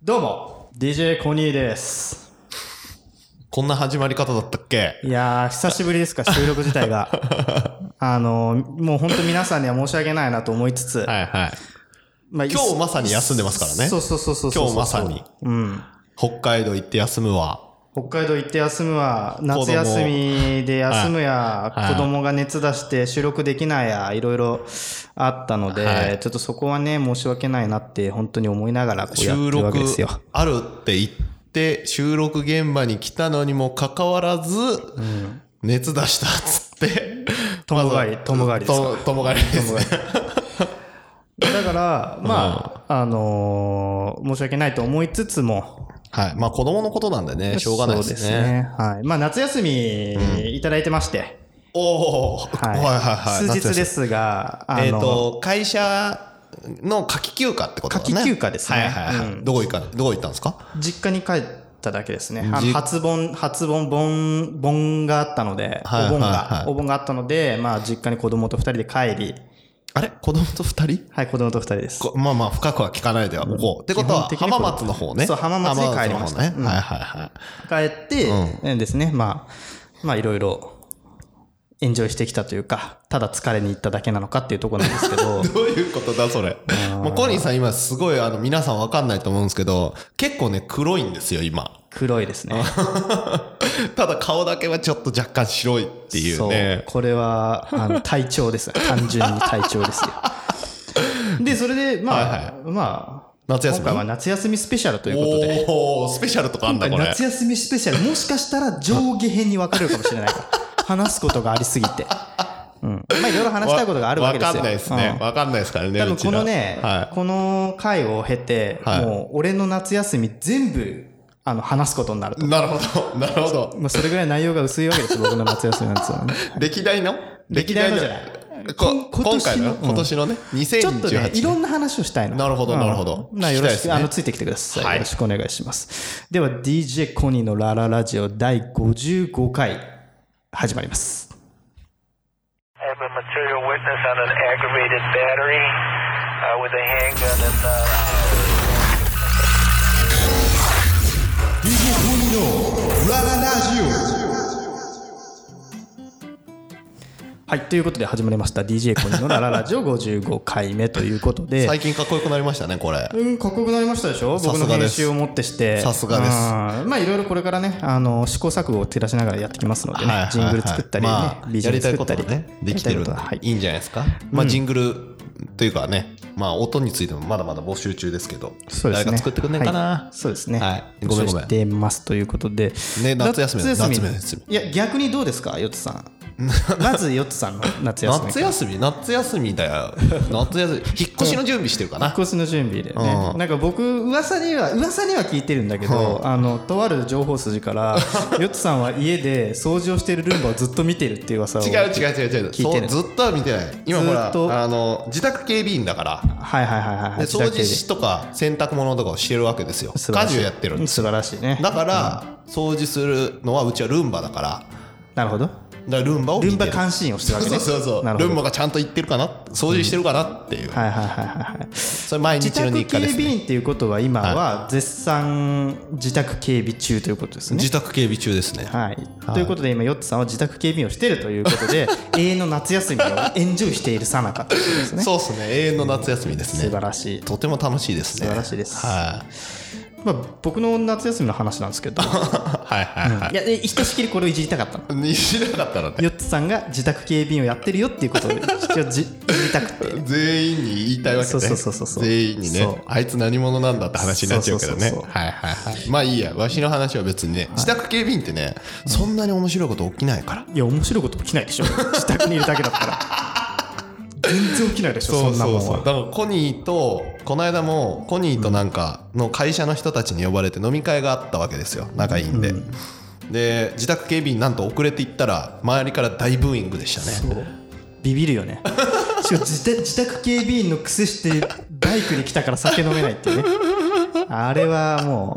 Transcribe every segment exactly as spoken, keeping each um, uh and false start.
どうも ディージェー コニーです。 こんな始まり方だったっけ？ いやー久しぶりですか収録自体があのー、もう本当皆さんには申し訳ないなと思いつつ、 はいはい、 まあ、 今日まさに休んでますからね。 そうそうそうそうそう、 今日まさに、 うん、 北海道行って休むわ。 北海道行って休むわ、夏休みで休むや、子供が熱出して収録できないや、いろいろあったので、はい、ちょっとそこはね申し訳ないなって本当に思いながらこうやってるわけですよ。 収録あるって言って収録現場に来たのにもかかわらず、うん、熱出したっつってともがりともがりですか。 ともがりですねだからまあ、うん、あのー、申し訳ないと思いつつも、 はい。まあ子供のことなんでね、しょうがないですね。そうですね。 はい。まあ夏休みいただいてまして。 うん、おお、はい、はいはいはい。 数日ですが、 あのえっ、ー、と、会社の夏季休暇ってことですね。 夏季休暇ですね。 はいはいはい。うん、どこ行か、どこ行ったんですか？ 実家に帰っただけですね。あの初盆、初盆、盆、盆があったので、はいはいはい、お盆が、お盆があったので、まあ実家に子供と二人で帰り、 あれ子供と二人？ はい、子供と二人です。 まあまあ、深くは聞かないでおこう。うん、ってことは、浜松の方ね。 そう、浜松に帰りました。ね、 うん、はいはいはい。 帰って、うん、ですね、まあ、まあいろいろ、エンジョイしてきたというか、ただ疲れに行っただけなのかっていうところなんですけど。 どういうことだそれ。もうコニーさん今すごい、あの、皆さんわかんないと思うんですけど、結構ね、黒いんですよ、今。 黒いですね。 ただ顔だけはちょっと若干白いっていうね。 そう。これは、あの、体調です。単純に体調ですよ。で、それで、まあ、はいはい、まあ、 夏休み？ 今回は夏休みスペシャルということで。 おー、スペシャルとかあんだこれ。 夏休みスペシャル、もしかしたら上下編に分かれるかもしれないから。話すことがありすぎて。うん。まあいろいろ話したいことがあるわけですよ。 わかんないですね。わ、うん、かんないですからね。 多分このね、はい、この回を経て、はい、もう俺の夏休み全部、あの、話すことになると。 なるほど。なるほど。 まあそれぐらい内容が薄いわけです、僕の夏休みなんですよね。 歴代の歴代のじゃない。 今回の今年のね、にせんにじゅうはちねん。 ちょっとね、いろんな話をしたいの。 なるほど、なるほど。 まあよろしく、あの、ついてきてください。はい、よろしくお願いします。では、ディージェー コニーのラララジオだいごじゅうごかい、始まります。ディージェー コニーのラララジオ。はい、ということで始まりました ディージェー コニーのラララジオごじゅうごかいめということで、 最近かっこよくなりましたねこれ。 うん、かっこよくなりましたでしょ。僕の編集をもってして、 さすがです。 まあいろいろこれからね、あの試行錯誤を照らしながらやってきますのでね、はいはいはい、ジングル作ったりね、まあ、ビジュアル作ったりね、できてるんで、はい、いいんじゃないですか。まあジングルというかね、まあ音についてもまだまだ募集中ですけど、そうですね、誰か作ってくんねえかな、 はい、そうですね、 はい、ごめんごめん、 してますということで、 ね、夏休み夏休み夏休み。いや逆にどうですかヨッツさん。まずヨッツさんの夏休み。 夏休み夏休みだよ。夏休み引っ越しの準備してるかな。 引っ越しの準備でね、うん、なんか僕噂には噂には聞いてるんだけど、うん、あのとある情報筋からヨッツさんは家で掃除をしているルンバをずっと見てるっていう噂を違う違う違う違う聞いてる。ずっとは見てない。今ほらあの自宅警備員だから、 はいはいはいはい、 で掃除しとか洗濯物とかをしてるわけですよ。家事をやってるんです。 素晴らしいね。 だから、うん、掃除するのはうちはルンバだから。 なるほど。 だからルンバを見てる。 ルンバ監視員をしてるわけね。 そうそうそう。ルンバがちゃんと行ってるかな、掃除してるかなっていう、うん、はいはいはいはい。それ毎日の日課ですね。自宅警備員っていうことは今は絶賛自宅警備中ということですね。 自宅警備中ですね。 はい、はい、ということで今ヨッツさんは自宅警備員をしているということで永遠の夏休みをエンジョイしているさなかということですね。 そうですね、永遠の夏休みですね。 素晴らしい。 とても楽しいですね。 素晴らしいです。 はい。 まあ、僕の夏休みの話なんですけどはいはいはい、うん、 いやひとしきりこれをいじりたかったの。 いじりたかったのね。 ヨッツさんが自宅警備員をやってるよっていうことを一応じいじりたくて全員に言いたいわけね。 そうそうそうそう、 全員にね、あいつ何者なんだって話になっちゃうけどね。はいはいはい。まあいいや、わしの話は別にね、自宅警備員ってね、そんなに面白いこと起きないから。 いや面白いこと起きないでしょ自宅にいるだけだったら全然起きないでしょ。そうそうそう、そんなもんは。 だからコニーとこの間もコニーとなんかの会社の人たちに呼ばれて飲み会があったわけですよ。仲いいんで、うん、で自宅警備員なんと遅れて行ったら周りから大ブーイングでしたね。 そうビビるよね。しかも自宅、自宅警備員の癖してバイクに来たから酒飲めないっていうね。あれはも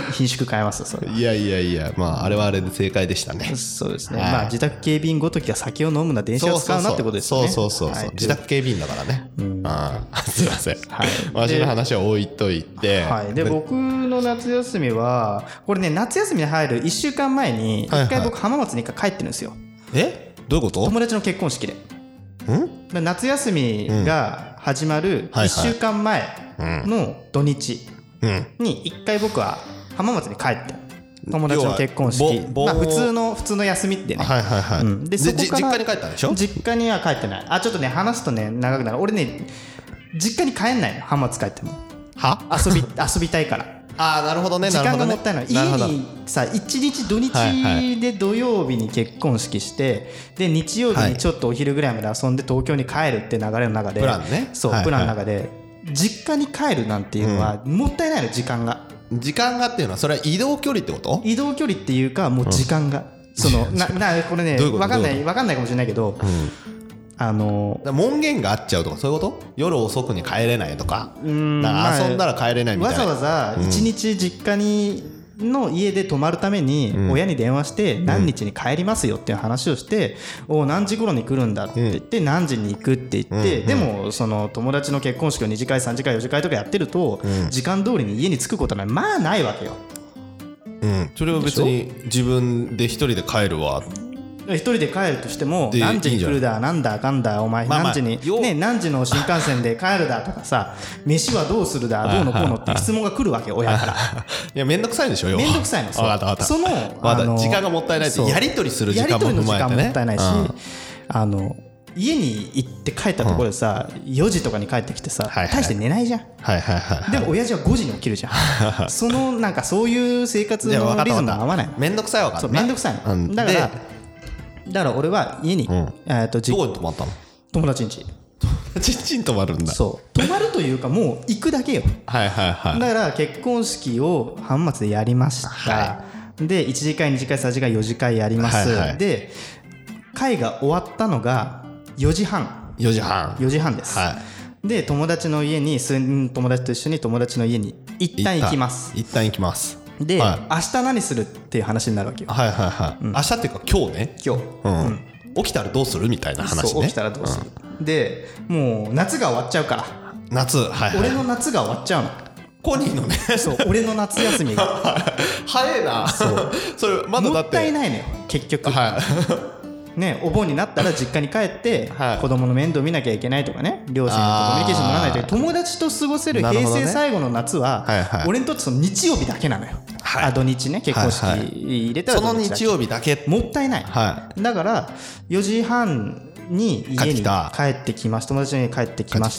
品種変えますそれ。 いやいやいや、まああれはあれで正解でしたね。 そうですね、 はい、 まあ自宅警備員ごときが酒を飲むな電車を使うなってことですよね。 そうそうそうそう、はい、自宅警備員だからね、うん、あすいません、はい、私の話は置いといて、 はい、で僕の夏休みはこれね、夏休みに入るいっしゅうかんまえにいっかい僕浜松に帰ってるんですよ。 えどういうこと？友達の結婚式で。ん夏休みが始まるいっしゅうかんまえの土日にいっかい僕は浜松に帰って友達の結婚式、まあ、普通の普通の休みってね、 はいはいはい、うん、 でそこから実家に帰ったんでしょ？ 実家には帰ってない。あちょっとね話すとね長くなる。俺ね実家に帰んないの、浜松帰っても。 は遊び遊びたいから。 ああなるほどね、 時間がもったいない。家にさいちにち土日で土曜日に結婚式してで日曜日にちょっとお昼ぐらいまで遊んで東京に帰るって流れの中で、 プランね、 そう、はいはい、プランの中で実家に帰るなんていうのはもったいないの、時間が。 時間がっていうのはそれは移動距離ってこと？ 移動距離っていうかもう時間が、うん、そのななこれね分かんない分かんないかもしれないけど、うんあのー、 門限が合っちゃうとかそういうこと？夜遅くに帰れないとか、うんなんか遊んだら帰れないみたいな、 わざわざいちにち実家にの家で泊まるために親に電話して何日に帰りますよっていう話をして、お何時頃に来るんだって言って何時に行くって言って、でもその友達の結婚式をに次会さん次会よん次会とかやってると時間通りに家に着くことはまあないわけよ。 うん、それは別に自分で一人で帰るわ一人で帰るとしても何時に来るだなんだかんだお前何時にね何時の新幹線で帰るだとかさ飯はどうするだどうのこうのって質問が来るわけ親から。いやめんどくさいでしょ。 めんどくさいの。その時間がもったいないってやり取りする時間も踏まえてね。やり取りの時間ももったいないし、あの家に行って帰ったところでさよじとかに帰ってきてさ大して寝ないじゃん。でも親父はごじに起きるじゃん。そのなんかそういう生活のリズムが合わないの。 めんどくさいわかる。 めんどくさいの。だからだから俺は家に、うん、えー、とどこに泊まったの？友達ん家。 友達ん家に泊まるんだ。 そう泊まるというかもう行くだけよ。 はいはいはい。 だから結婚式を浜松でやりました、はい、でいち次会に次会さん次会よじ会やります、はいはい、で会が終わったのがよじはんよじはんよじはんです、はい、で友達の家に友達と一緒に友達の家に一旦行きます。 一旦行きますで、はい、明日何するっていう話になるわけよ。 はいはいはい、うん、明日っていうか今日ね。 今日、 うんうん、起きたらどうするみたいな話ね。 そう起きたらどうする、うん、でもう夏が終わっちゃうから夏、はいはい、 俺の夏が終わっちゃうの。 コニーのねそう俺の夏休みが早いな。そうそれまだだってもったいないのよ結局、 はいね、お盆になったら実家に帰って子供の面倒見なきゃいけないとかね、両親とコミュニケーション取らないという友達と過ごせる平成最後の夏は俺にとってその日曜日だけなのよ、はい、あ土日ね結婚式入れたらその日曜日だけもったいない、はい、だからよじはんに家に帰ってきました。友達の家に帰ってきました。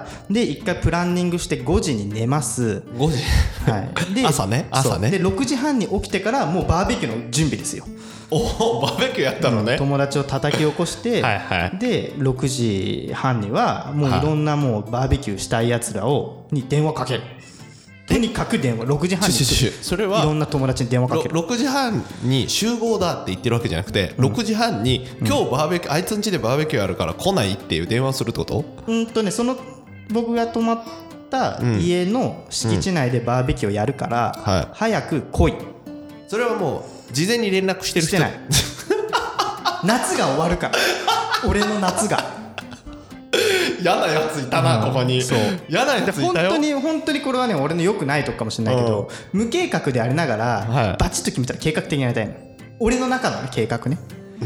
で一回プランニングしてごじに寝ます。 ごじ、はい、で朝ね朝ねでろくじはんに起きてからもうバーベキューの準備ですよ。 おバーベキューやったのね、 うん、友達を叩き起こしてはい、はい、でろくじはんにはもういろんなもうバーベキューしたいやつらをに電話かける。とにかく電話ろくじはんにそれはいろんな友達に電話かける。 ろくじはんに集合だって言ってるわけじゃなくて、うん、ろくじはんに今日バーベキュー、うん、あいつん家でバーベキューやるから来ないっていう電話するってこと？ うんとねその僕が泊まった家の敷地内でバーベキューをやるから、うんはい、早く来い。 それはもう事前に連絡してる人してない夏が終わるから俺の夏が嫌なやついたな、うん、ここに。そう嫌なやついたよ。 本当に本当にこれはね俺の良くないとこかもしれないけど、うん、無計画でありながら、はい、バチッと決めたら計画的にやりたいの。俺の中の、ね、計画ね。 うん、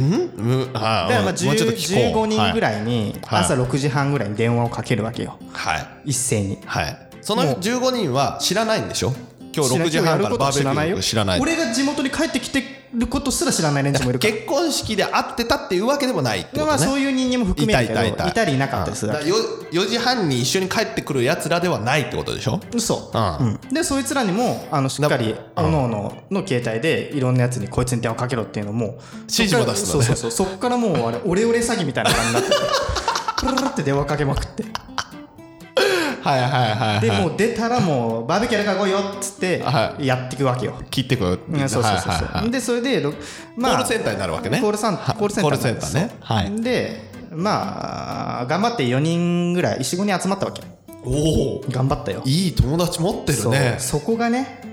だからまあじゅう、じゅうごにんぐらいに朝ろくじはんぐらいに電話をかけるわけよ、はい、一斉に、 はい、そのじゅうごにんは知らないんでしょ？今日ろくじはんからバーベキュー知らない。 俺が地元に帰ってきてることすら知らない連中もいるから。 結婚式で会ってたっていうわけでもないってことね。 まあそういう人間も含めるけど い, た い, た い, たいたりいなかったりするわけ。 よじはんに一緒に帰ってくるやつらではないってことでしょ？ 嘘、うんうん、でそいつらにもあのしっかりおのおのの携帯でいろんなやつにこいつに電話かけろっていうのも指示も出すんだね。 そうそうそう、そっからもうあれオレオレ詐欺みたいな感じになっててプルルルって電話かけまくってはいはいはい、はい、 でもう出たらもうバーベキューやるから来いよっつってやっていくわけよ、はい、 切ってこよ、 うん、そうそうそうそう、はいはいはい、でそれで、 まあ、コールセンターになるわけね。 コールサンコールセンター、 コールセンターね、はい、 でまあ頑張ってよにんぐらい よんごにん集まったわけ。 おお頑張ったよ。 いい友達持ってるね。 そ, そこがね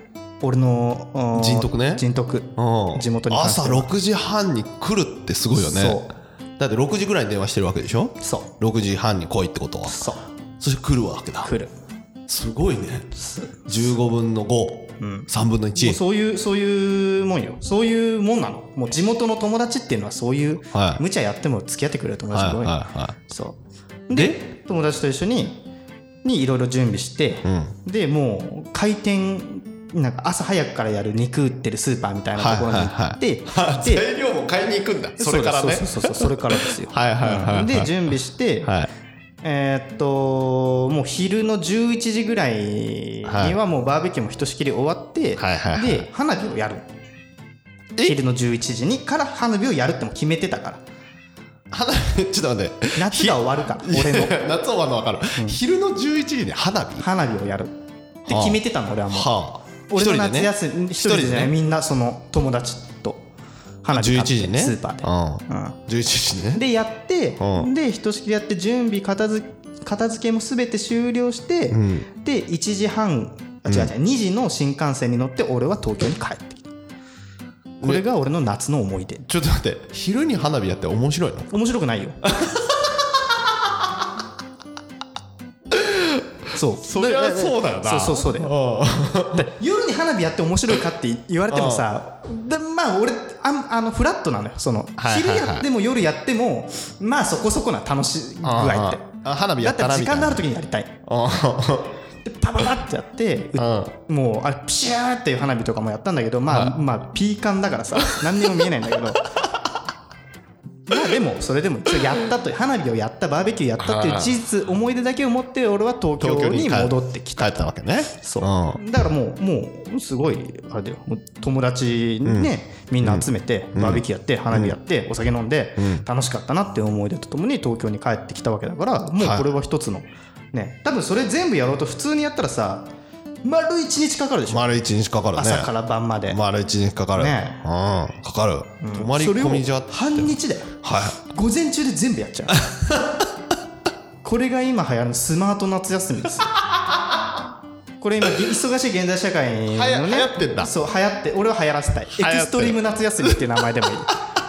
俺の人徳ね人徳地元に朝ろくじはんに来るってすごいよね。そうだってろくじぐらいに電話してるわけでしょ。そうろくじはんに来いってことは。そうそして来るわけだ。 来る。すごいね。じゅうごぶんのご、うん、さんぶんのいち。 もうそういうそういうもんよ。そういうもんなの。もう地元の友達っていうのはそういう、はい、無茶やっても付き合ってくれる友達が多いの、はいはいはい、そうで友達と一緒ににいろいろ準備して、うん、でもう開店なんか朝早くからやる肉売ってるスーパーみたいなところに行って、 はいはいはい、で材料も買いに行くんだ。それからね。 そうそうそうそうそれからですよ。はいはいはい、はい、で準備して、はい、えー、っともう昼のじゅういちじぐらいにはもうバーベキューもひとしきり終わって、はいはいはい、で花火をやる。昼のじゅういちじにから花火をやるっても決めてたから。 花火ちょっと待って。 夏が終わるから俺の。 夏終わるの分かる、うん。昼のじゅういちじに花火。 花火をやるって決めてたの俺はもう。はあ俺の夏休み一人でね、みんなその友達と花火買ってスーパーで、うんうん、 じゅういちじねでやって、うん、でひとしきりやって準備片付片付けも全て終了して、うん、でいちじはんあ違う違う、うん、にじの新幹線に乗って俺は東京に帰ってきた。これが俺の夏の思い出。 ちょっと待って、昼に花火やって面白いの？ 面白くないよ。そうそれはそうだよな。 そうそうそうだよ。夜に花火やって面白いかって言われてもさ、でまあ俺 あ, あのフラットなのよ。その、はいはいはい、昼やっても夜やってもまあそこそこな楽しい具合って。 あ花火やったなみたいな。 だって時間のある時にやりたい。でパパパってやって、もうあれピシャーっていう花火とかもやったんだけど、まあまあピーカンだからさ何にも見えないんだけど。まあでもそれでも一応やったと花火をやったバーベキューやったっていう事実思い出だけを持って俺は東京に戻ってきた。 帰ったわけね。 そう、うん、だからもうもうすごいあれだよ。友達ね、うん、みんな集めてバーベキューやって花火やってお酒飲んで楽しかったなっていう思い出とともに東京に帰ってきたわけだから、もうこれは一つのね、多分それ全部やろうと普通にやったらさ丸一日かかるでしょ。 丸一日かかるね。 朝から晩まで丸一日かかるね。うん、かかる、うん、泊まり込みじゃって半日だよ。はい、午前中で全部やっちゃう。これが今流行るスマート夏休みですよ。これ今忙しい現代社会のね、 はや流行ってんだ。 そう流行って、俺は流行らせたい。エクストリーム夏休みっていう名前でもいい。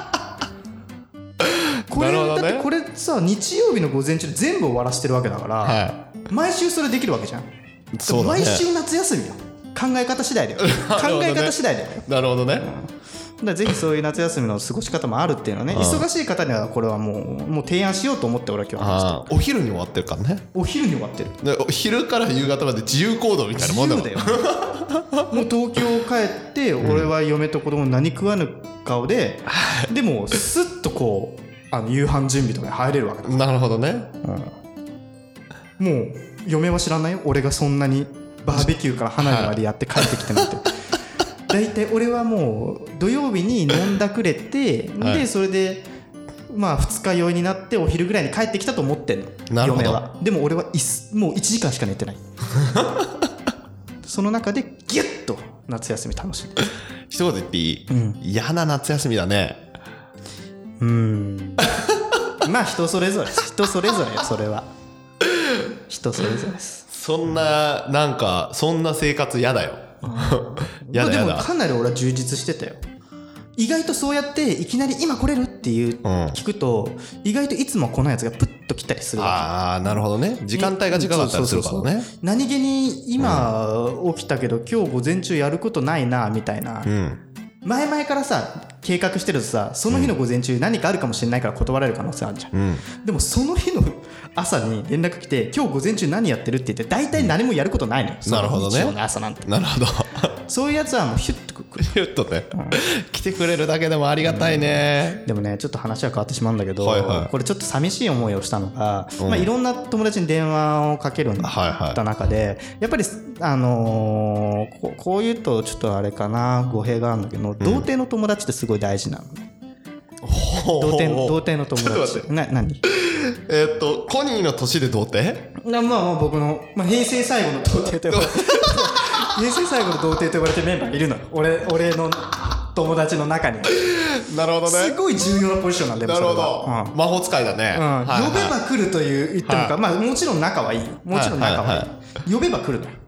これだってこれさ日曜日の午前中で全部終わらせてるわけだから、はい、毎週それできるわけじゃん。そうだね、毎週夏休みよ。考え方次第だよ。考え方次第だよ。 なるほどね。うん、だからぜひそういう夏休みの過ごし方もあるっていうのはね、忙しい方にはこれはもうもう提案しようと思って俺は今日話してる。 お昼に終わってるからね。 お昼に終わってる。 で昼から夕方まで自由行動みたいなもんだもん。自由だよ。 もう東京帰って俺は嫁と子供何食わぬ顔で、うん、でもスッとこうあの夕飯準備とかに入れるわけだ。 なるほどね。 うん、もう嫁は知らないよ。俺がそんなにバーベキューから花火までやって帰ってきてなんて。だいたい俺はもう土曜日に飲んだくれて、はい、でそれでまあ二日酔いになってお昼ぐらいに帰ってきたと思ってんの。 なるほど。 嫁は。でも俺はいすもういちじかんしか寝てない。その中でギュッと夏休み楽しんで。 一言言っていい？うん、嫌な夏休みだね。 うーん。まあ人それぞれ人それぞれそれは。人それぞれです。 そんななんかそんな生活嫌だよ。 やだやだ。でもかなり俺は充実してたよ。意外とそうやっていきなり今来れるっていう、うん、聞くと意外といつも来ないやつがプッと来たりするわけ。 ああなるほどね。時間帯が違かったりするからね。 何気に今起きたけど、うん、今日午前中やることないなみたいな、うん、前々からさ計画してるとさその日の午前中何かあるかもしれないから断られる可能性あるじゃん、うん、でもその日の朝に連絡来て今日午前中何やってるって言って大体何もやることないのよ、 うん、なるほどね。 朝なんて。 なるほど。 そういうやつはもうヒュッとくる。 ヒュッとね、うん、来てくれるだけでもありがたいね、 うん、でもねちょっと話は変わってしまうんだけど、はいはい、これちょっと寂しい思いをしたのが、うんまあ、いろんな友達に電話をかけるんだった中で、はいはい、やっぱりあのー、こ, こういうとちょっとあれかな語弊があるんだけど、うん、童貞の友達ってすごい大事なのね。童貞の童貞の友達な何えー、っとコニーの年で童貞な、まあ、まあ僕の、まあ、平成最後の童貞と呼ばれて平成最後の童貞と呼ばれてるメンバーいるのよ。 俺, 俺の友達の中に。 なるほどね。 すごい重要なポジションなんだよ。 なるほど、うん、魔法使いだね、うんはいはい、 呼べば来るという言ってもか、はい、まあもちろん仲はいいよ。もちろん仲はいい、はいはい、呼べば来るのよ。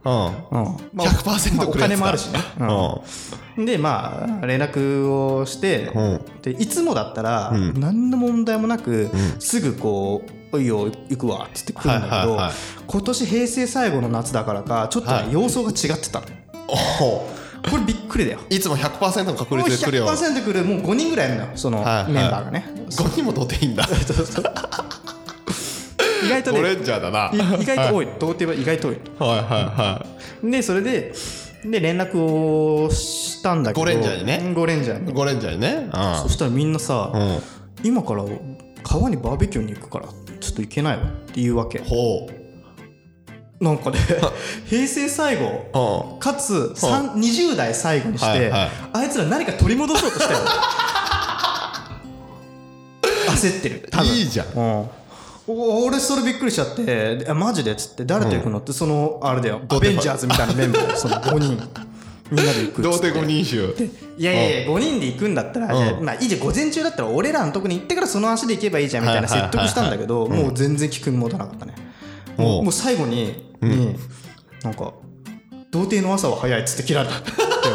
うん、 まあ、 ひゃくパーセントお金もあるしね、うん、でまあ連絡をして、うん、でいつもだったら何の問題もなく、うん、すぐこう「おいよ行くわ」っつって来るんだけど、はいはいはい、今年平成最後の夏だからかちょっとね、はい、様相が違ってたの。おこれびっくりだよ。 いつも ひゃくパーセント の確率で来るよ。 ひゃくパーセント 来る。もうごにんぐらいいるのよそのメンバーがね、はいはい、 ごにんも童貞いいんだ意外とねゴレンジャーだな。 意外と多い、はい、童貞は意外と多い。 はいはいはい。 でそれでで連絡をしたんだけど、 ゴレンジャーにねゴレンジャーにゴレンジャーにね、うん、 そしたらみんなさ、うん、今から川にバーベキューに行くからちょっと行けないわって言うわけ。 ほうなんかね平成最後かつにじゅう代最後にして、はいはい、あいつら何か取り戻そうとしたよ焦ってる多分。 いいじゃん、うん、 俺それびっくりしちゃってマジでっつって誰と行くのって、そのあれだよアベンジャーズみたいなメンバーそのごにんみんなで行くっつって童貞ごにん衆。 いやいやいやごにんで行くんだったら、じゃあまあいいじゃん午前中だったら俺らのとこに行ってからその足で行けばいいじゃんみたいな説得したんだけど、もう全然聞くにもたなかったね。もう、もう最後に、うん、なんか童貞の朝は早いっつって切られた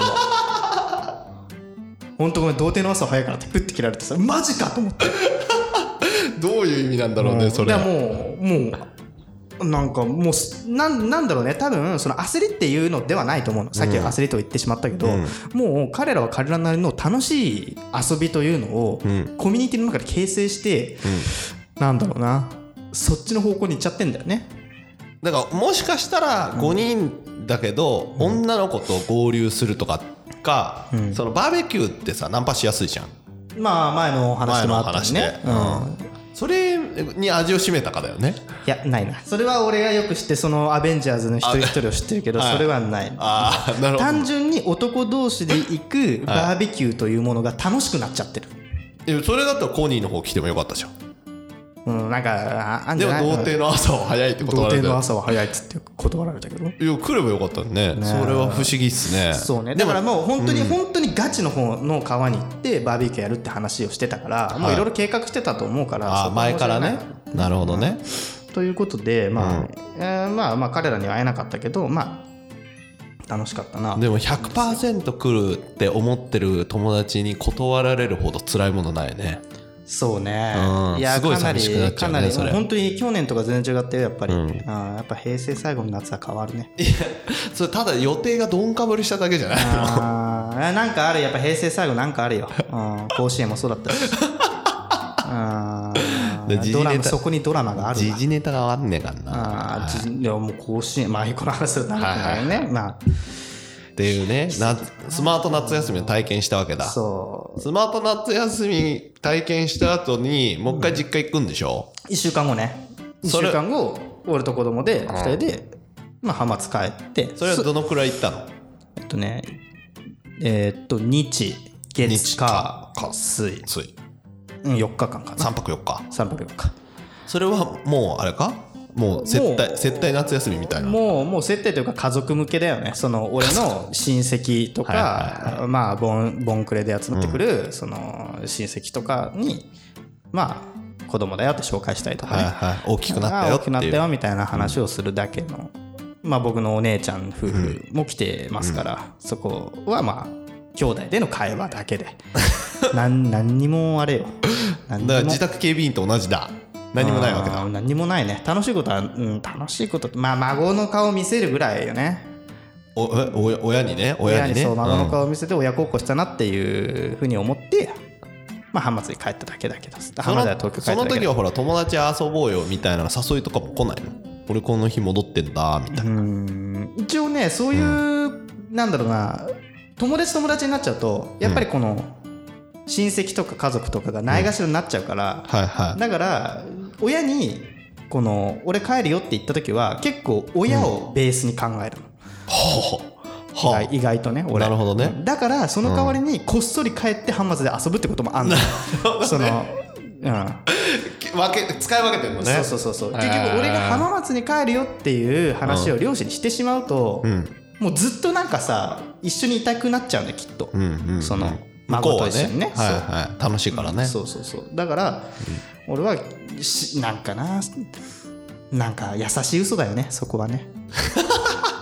本当ごめん童貞の朝は早いからってプッて切られてさマジかと思ってどういう意味なんだろうね、うん、それ。 いやもうもうなんかもうな ん, なんだろうね多分その焦りっていうのではないと思うの。さっきは焦りと言ってしまったけど、うん、もう彼らは彼らなりの楽しい遊びというのを、うん、コミュニティの中で形成して、うん、なんだろうなそっちの方向に行っちゃってんだよね。 だからもしかしたらごにんだけど、うん、女の子と合流するとかか、うん、そのバーベキューってさナンパしやすいじゃん。 まあ前の話でもあったしね、 うん、それに味を占めたかだよね。 いやないな。それは俺がよく知ってそのアベンジャーズの一人一人を知ってるけどそれはない。 ああなるほど。 単純に男同士で行くバーベキューというものが楽しくなっちゃってる。 いやそれだったらコニーの方来てもよかったじゃん。 うん、なんかあんじゃない。でも童貞の朝は早いって断られた。 童貞の朝は早いっつって断られたけど。いや来ればよかったね。ねそれは不思議っすね。 そうね。だからもう本当に、うん、本当にガチの方の川に行ってバーベキューやるって話をしてたから、はい、もういろいろ計画してたと思うから。 あ前からね。なるほどね。 うん、ということでまあ、うんえー、まあまあ彼らには会えなかったけどまあ楽しかったな。 でも ひゃくパーセント 来るって思ってる友達に断られるほど辛いものないね。 そうね、 うん、いやすごい寂しくなっちゃうね。かなりそれ本当に去年とか全然違ってやっぱり、うん、あやっぱ平成最後の夏は変わるね。 いやそれただ予定がどんかぶりしただけじゃないの。 あなんかあるやっぱ平成最後なんかあるよ、うん、甲子園もそうだったしあドラマそこにドラマがあるわ。 時事ネタがあんねんかんな。 あいやもう甲子園まあこの話するとなんかね、はいはい、まあっていうねなスマート夏休みを体験したわけだ。 そうスマート夏休み体験した後にもう一回実家行くんでしょ。 いっしゅうかんごね。いっしゅうかんご俺と子供でふたりで、うんまあ、浜松帰ってそれはどのくらい行ったの。 えっとねえー、っと日月火水水、 うん、よっかかんかな。 さんぱくよっかさんぱくよっか。それはもうあれかもう接待接待夏休みみたいな。 もうもう接待というか家族向けだよね。その俺の親戚とかはいはい、はい、まあボンボンクレで集まってくる、うん、その親戚とかにまあ子供だよって紹介したりとかね、 はいはい、大きくなったよ大きくなったよみたいな話をするだけの、うん、まあ僕のお姉ちゃん夫婦も来てますから、うん、そこはまあ兄弟での会話だけで何何にもあれよ。 何にもだから自宅警備員と同じだ。何もないわけだ。 何もないね。楽しいことは、うん、楽しいことってまあ孫の顔を見せるぐらいよね。 おお親にね親にねそう孫の顔を見せて親孝行したなっていうふうに思って、うん、まあ浜松に帰っただけだけど浜松は東京帰っただけだ。 その時はほら友達遊ぼうよみたいな誘いとかも来ないの。俺この日戻ってんだみたいな。 うん一応ねそういう、うん、なんだろうな友達友達になっちゃうとやっぱりこの、うん親戚とか家族とかがないがしろになっちゃうから、 うんはいはい、 だから親にこの俺帰るよって言った時は結構親をベースに考えるの、うん、意, 外意外とね俺なるほどね。 だからその代わりにこっそり帰って浜松で遊ぶってこともあんの、うん、その、うん、 分け使い分けてるのね。 そうそうそうそう結局俺が浜松に帰るよっていう話を両親にしてしまうと、うん、もうずっとなんかさ一緒にいたくなっちゃうんだよきっと、うんうんうん、その孫と一緒にね、 はいはい、楽しいからね、 うん、そうそうそうだから、うん、俺はなんかななんか優しい嘘だよねそこはね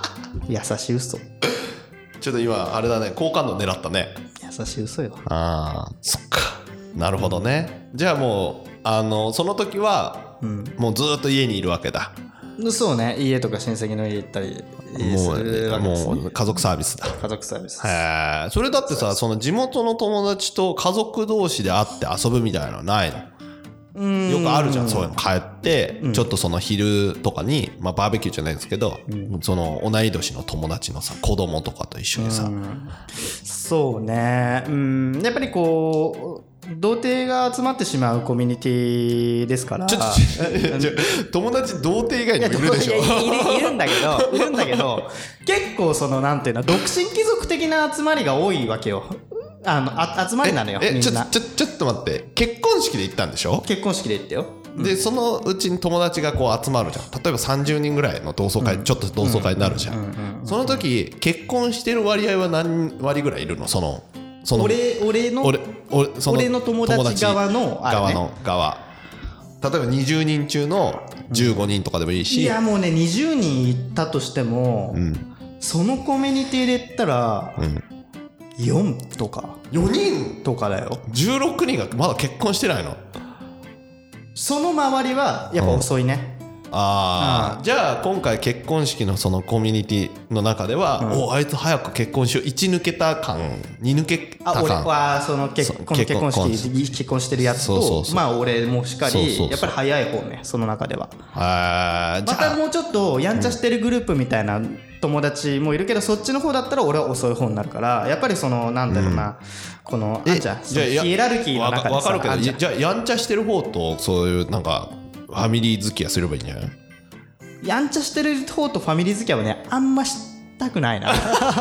優しい嘘。 ちょっと今あれだね、好感度狙ったね。 優しい嘘よ。 ああ、そっか。なるほどね。じゃあもうあのその時は、うん、もうずっと家にいるわけだ。 そうね、家とか親戚の家行ったりもう、もう家族サービスだ。 家族サービス。 へえ。それだってさ、その地元の友達と家族同士で会って遊ぶみたいなのはないの？よくあるじゃん、そういうの。帰って、うん、ちょっとその昼とかに、まあバーベキューじゃないんですけど、うん、その同い年の友達のさ、子供とかと一緒にさ。うん、 そうね。うん、やっぱりこう、童貞が集まってしまうコミュニティですから。ちょっと友達童貞以外にもいるでしょ。いやいる、いるんだけど、いるんだけど、結構そのなんていうの、独身貴族的な集まりが多いわけよ。あのあ集まりなのよ。 ええみんな。 ちょちょちょっと待って、結婚式で行ったんでしょ？ 結婚式で行ったよ。 で、うん、そのうちに友達がこう集まるじゃん。例えばさんじゅうにんぐらいの同窓会、うん、ちょっと同窓会になるじゃん。その時結婚してる割合は何割ぐらいいるの？そのその俺, 俺の 俺, 俺, その俺の友達側のあれ、ね、 側の側。例えばにじゅうにん中のじゅうごにんとかでもいいし、 うん、いやもうねにじゅうにんいったとしても、うん、そのコミュニティで言ったら、うんよんとかよにんとかだよ。 じゅうろくにんがまだ結婚してないの？ その周りはやっぱ遅いね、 うん、ああ、うん、じゃあ今回結婚式のそのコミュニティの中では、うん、おあいつ早く結婚しよう、いち抜けた感に抜けた感、あ俺はその結婚結婚式結婚してるやつと、そうそうそう、まあ俺もしっかりそうそうそう、やっぱり早い方ね、その中では。あまたもうちょっとやんちゃしてるグループみたいな友達もいるけど、そっちの方だったら俺は遅い方になるから、やっぱりそのなんだろうな、うん、このあんじゃヒエラルキーの中でさ、 わかるけど、じゃあやんちゃしてる方とそういうなんかファミリー付き合いすればいいんじゃない？ やんちゃしてる方とファミリー付き合いはね、あんましたくないな。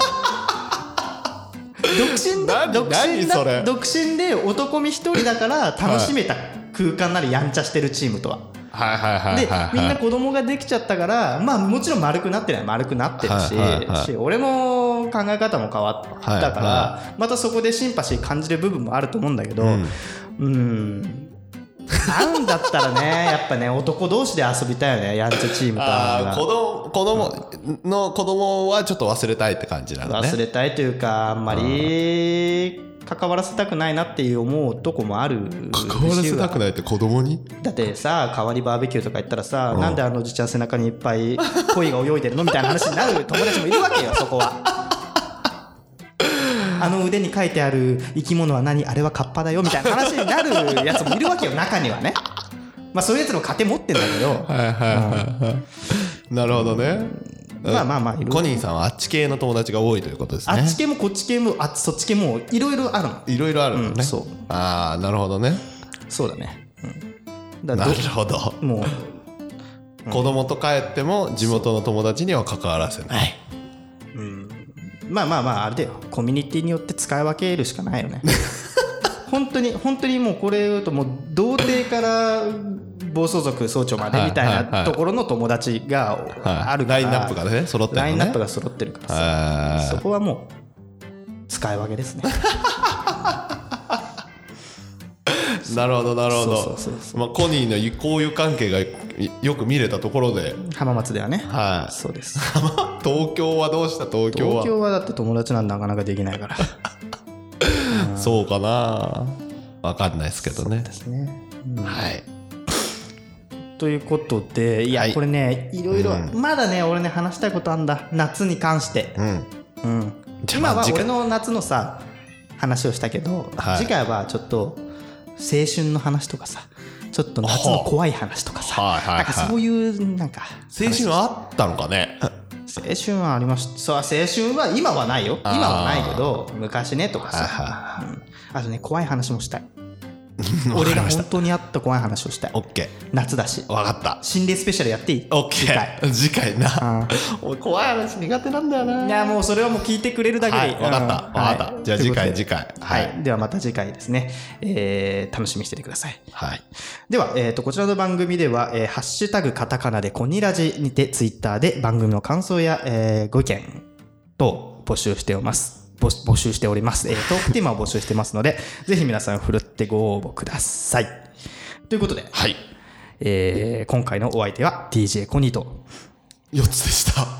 独身だ独身だ独身で男身一人だから楽しめた空間ならやんちゃしてるチームとは。 はいはいはいはい、はい、 でみんな子供ができちゃったから、まあもちろん丸くなってない丸くなってるし、はいはいはい、し俺も考え方も変わったから、はいはい、またそこでシンパシー感じる部分もあると思うんだけど、うん、うん会うんだったらね、やっぱね男同士で遊びたいよね、やんちゃチームと。 あ子供子供の子供はちょっと忘れたいって感じなのね。 忘れたいというか、あんまり関わらせたくないなっていう思うとこもある。 関わらせたくないって子供に？ だってさ、代わりバーベキューとか行ったらさ、うん、なんであのおじちゃん背中にいっぱい鯉が泳いでるのみたいな話になる友達もいるわけよ、そこは。あの腕に書いてある生き物は何？あれはカッパだよみたいな話になるやつもいるわけよ、中にはね。まあそういうやつの糧持ってんだけど。はいはいはいはい。 なるほどね。 まあまあまあいる。 コニーさんはあっち系の友達が多いということですね。 あっち系もこっち系もあそっち系もいろいろあるの。 いろいろあるのね。うん、そう。ああなるほどね。 そうだね。うん、だなるほど。もう子供と帰っても地元の友達には関わらせない。 うん。まあまあまああれだよ、コミュニティによって使い分けるしかないよね。本当に本当にもうこれ言うともう童貞から暴走族総長までみたいなところの友達があるから、 ラインナップがね揃ってるのね。 ラインナップが揃ってるからさ、そこはもう使い分けですね。 なるほどなるほど。まあコニーの交友関係がよく見れたところで、 浜松ではね。 はい、 そうです。 東京はどうした？東京は東京はだって友達なんてなかなかできないから。 そうかな、分かんないですけどね。 そうですね、うん、 はい。 ということで、いや、はい、これねいろいろ、うん、まだね俺ね話したいことあんだ、夏に関して、うんうん、今は俺の夏のさ話をしたけど、はい、次回はちょっと青春の話とかさ、ちょっと夏の怖い話とかさ、はいはいはい、なんかそういうなんか青春あったのかね。 青春はありました。そう、青春は今はないよ、今はないけど昔ねとかさ、はいはい、うん、あとね怖い話もしたい。俺が本当にあった怖い話をしたい。 オッケー。 夏だし。 分かった。 心霊スペシャルやっていい？ オッケー。次回。次回な。俺怖い話苦手なんだよな。 いやもうそれはもう聞いてくれるだけでいい。 分かった。分かった。じゃあ次回次回。 はい。ではまた次回ですね。えー、楽しみにしててください。 はい。 ではえっとこちらの番組では、えー、ハッシュタグカタカナでコニラジにてツイッターで番組の感想や、えー、ご意見等募集しております。募集しております、えー、トークテーマを募集してますのでぜひ皆さんふるってご応募くださいということで、 はい、 えー、今回のお相手は ディージェー コニーとよっつでした。